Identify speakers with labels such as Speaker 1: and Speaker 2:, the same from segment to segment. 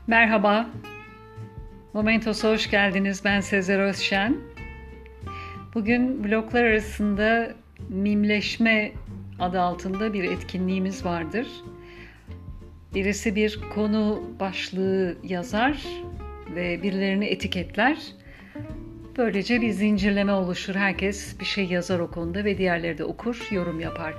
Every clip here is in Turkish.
Speaker 1: Merhaba, Momentos'a hoş geldiniz. Ben Sezer Özşen. Bugün bloklar arasında mimleşme adı altında bir etkinliğimiz vardır. Birisi bir konu başlığı yazar ve birilerini etiketler. Böylece bir zincirleme oluşur. Herkes bir şey yazar o konuda ve diğerleri de okur, yorum yapar.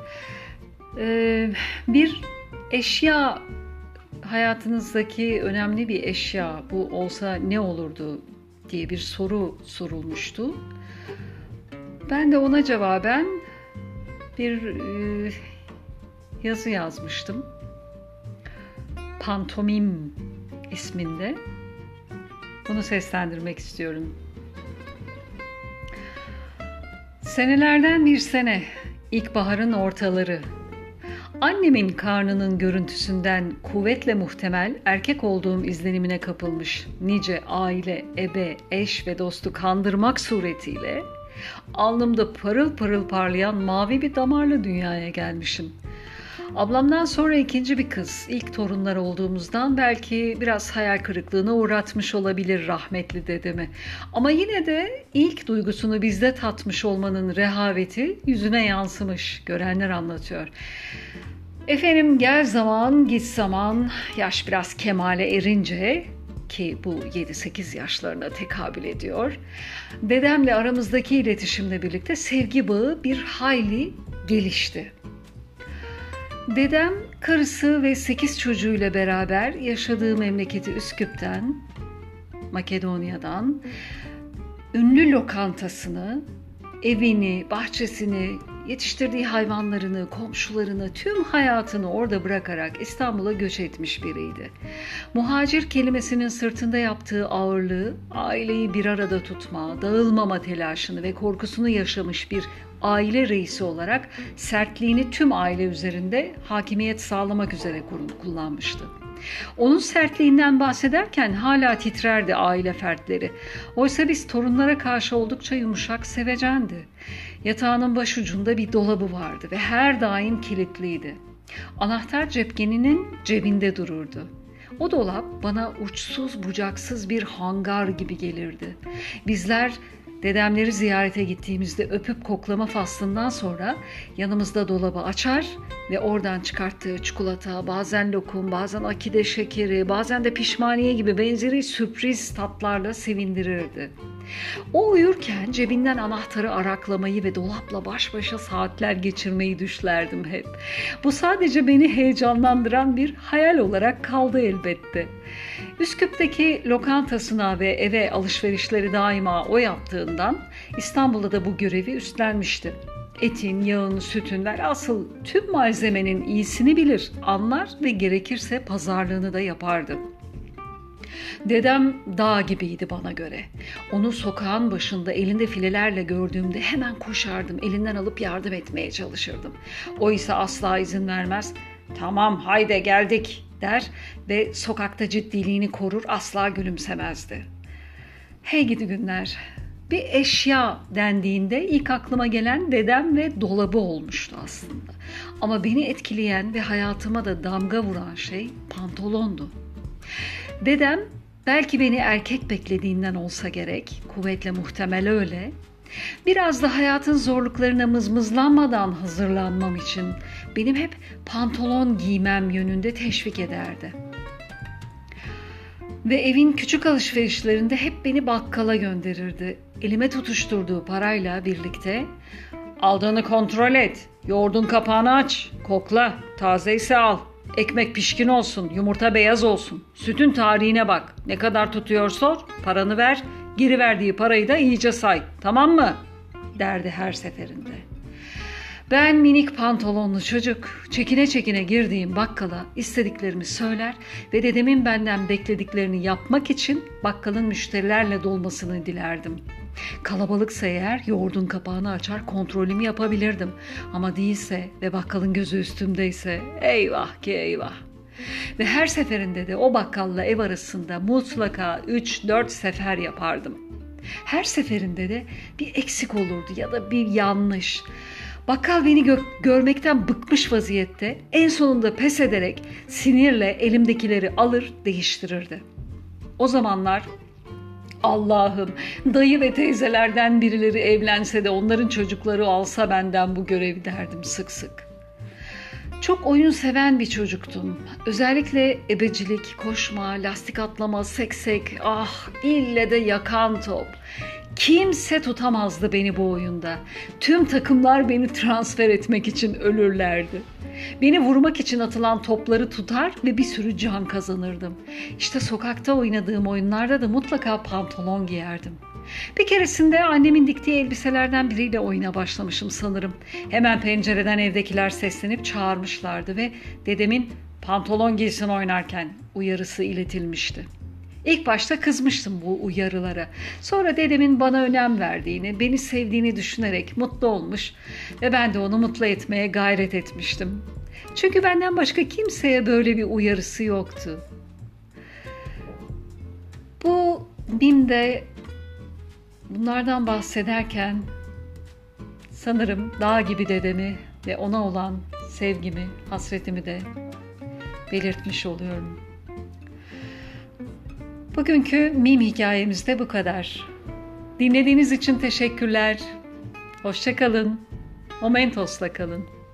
Speaker 1: Bir eşya, hayatınızdaki önemli bir eşya, bu olsa ne olurdu diye bir soru sorulmuştu. Ben de ona cevaben bir yazı yazmıştım. Pantomim isminde. Bunu seslendirmek istiyorum. Senelerden bir sene, ilkbaharın ortaları. Annemin karnının görüntüsünden kuvvetle muhtemel erkek olduğum izlenimine kapılmış nice aile, ebe, eş ve dostu kandırmak suretiyle alnımda parıl parıl parlayan mavi bir damarla dünyaya gelmişim. Ablamdan sonra ikinci bir kız, ilk torunlar olduğumuzdan belki biraz hayal kırıklığına uğratmış olabilir rahmetli dedemi. Ama yine de ilk duygusunu bizde tatmış olmanın rehaveti yüzüne yansımış, görenler anlatıyor. Efendim gel zaman git zaman, yaş biraz kemale erince ki bu 7-8 yaşlarına tekabül ediyor. Dedemle aramızdaki iletişimle birlikte sevgi bağı bir hayli gelişti. Dedem karısı ve 8 çocuğuyla beraber yaşadığı memleketi Üsküp'ten, Makedonya'dan ünlü lokantasını, evini, bahçesini, yetiştirdiği hayvanlarını, komşularını, tüm hayatını orada bırakarak İstanbul'a göç etmiş biriydi. Muhacir kelimesinin sırtında yaptığı ağırlığı, aileyi bir arada tutma, dağılmama telaşını ve korkusunu yaşamış bir aile reisi olarak sertliğini tüm aile üzerinde hakimiyet sağlamak üzere kullanmıştı. Onun sertliğinden bahsederken hala titrerdi aile fertleri. Oysa biz torunlara karşı oldukça yumuşak, sevecendi. Yatağının başucunda bir dolabı vardı ve her daim kilitliydi. Anahtar cepkeninin cebinde dururdu. O dolap bana uçsuz bucaksız bir hangar gibi gelirdi. Bizler dedemleri ziyarete gittiğimizde öpüp koklama faslından sonra yanımızda dolabı açar ve oradan çıkarttığı çikolata, bazen lokum, bazen akide şekeri, bazen de pişmaniye gibi benzeri sürpriz tatlarla sevindirirdi. O uyurken cebinden anahtarı araklamayı ve dolapla baş başa saatler geçirmeyi düşlerdim hep. Bu sadece beni heyecanlandıran bir hayal olarak kaldı elbette. Üsküp'teki lokantasına ve eve alışverişleri daima o yaptığından İstanbul'da da bu görevi üstlenmişti. Etin, yağın, sütün ve asıl tüm malzemenin iyisini bilir, anlar ve gerekirse pazarlığını da yapardı. Dedem dağ gibiydi bana göre. Onu sokağın başında elinde filelerle gördüğümde hemen koşardım, elinden alıp yardım etmeye çalışırdım. O ise asla izin vermez. "Tamam, haydi geldik," der ve sokakta ciddiliğini korur, asla gülümsemezdi. Hey gidi günler. Bir eşya dendiğinde ilk aklıma gelen dedem ve dolabı olmuştu aslında. Ama beni etkileyen ve hayatıma da damga vuran şey pantolondu. Dedem belki beni erkek beklediğinden olsa gerek, kuvvetle muhtemel öyle, biraz da hayatın zorluklarına mızmızlanmadan hazırlanmam için benim hep pantolon giymem yönünde teşvik ederdi. Ve evin küçük alışverişlerinde hep beni bakkala gönderirdi. Elime tutuşturduğu parayla birlikte "Aldığını kontrol et, yoğurdun kapağını aç, kokla, taze ise al. Ekmek pişkin olsun, yumurta beyaz olsun. Sütün tarihine bak. Ne kadar tutuyor sor, paranı ver, geri verdiği parayı da iyice say. Tamam mı?" derdi her seferinde. Ben minik pantolonlu çocuk, çekine çekine girdiğim bakkala istediklerimi söyler ve dedemin benden beklediklerini yapmak için bakkalın müşterilerle dolmasını dilerdim. Kalabalıksa eğer yoğurdun kapağını açar kontrolümü yapabilirdim. Ama değilse ve bakkalın gözü üstümdeyse eyvah ki eyvah. Ve her seferinde de o bakkalla ev arasında mutlaka 3-4 sefer yapardım. Her seferinde de bir eksik olurdu ya da bir yanlış. Bakkal beni görmekten bıkmış vaziyette en sonunda pes ederek sinirle elimdekileri alır değiştirirdi. O zamanlar Allah'ım, dayı ve teyzelerden birileri evlense de onların çocukları alsa benden bu görevi derdim sık sık. Çok oyun seven bir çocuktum. Özellikle ebecilik, koşma, lastik atlama, seksek, ille de yakan top. Kimse tutamazdı beni bu oyunda. Tüm takımlar beni transfer etmek için ölürlerdi. Beni vurmak için atılan topları tutar ve bir sürü can kazanırdım. İşte sokakta oynadığım oyunlarda da mutlaka pantolon giyerdim. Bir keresinde annemin diktiği elbiselerden biriyle oyuna başlamışım sanırım. Hemen pencereden evdekiler seslenip çağırmışlardı ve dedemin pantolon giysin oynarken uyarısı iletilmişti. İlk başta kızmıştım bu uyarılara. Sonra dedemin bana önem verdiğini, beni sevdiğini düşünerek mutlu olmuş ve ben de onu mutlu etmeye gayret etmiştim. Çünkü benden başka kimseye böyle bir uyarısı yoktu. Bu BİM'de bunlardan bahsederken sanırım dağ gibi dedemi ve ona olan sevgimi, hasretimi de belirtmiş oluyorum. Bugünkü mim hikayemiz de bu kadar. Dinlediğiniz için teşekkürler. Hoşça kalın. Momentos'la kalın.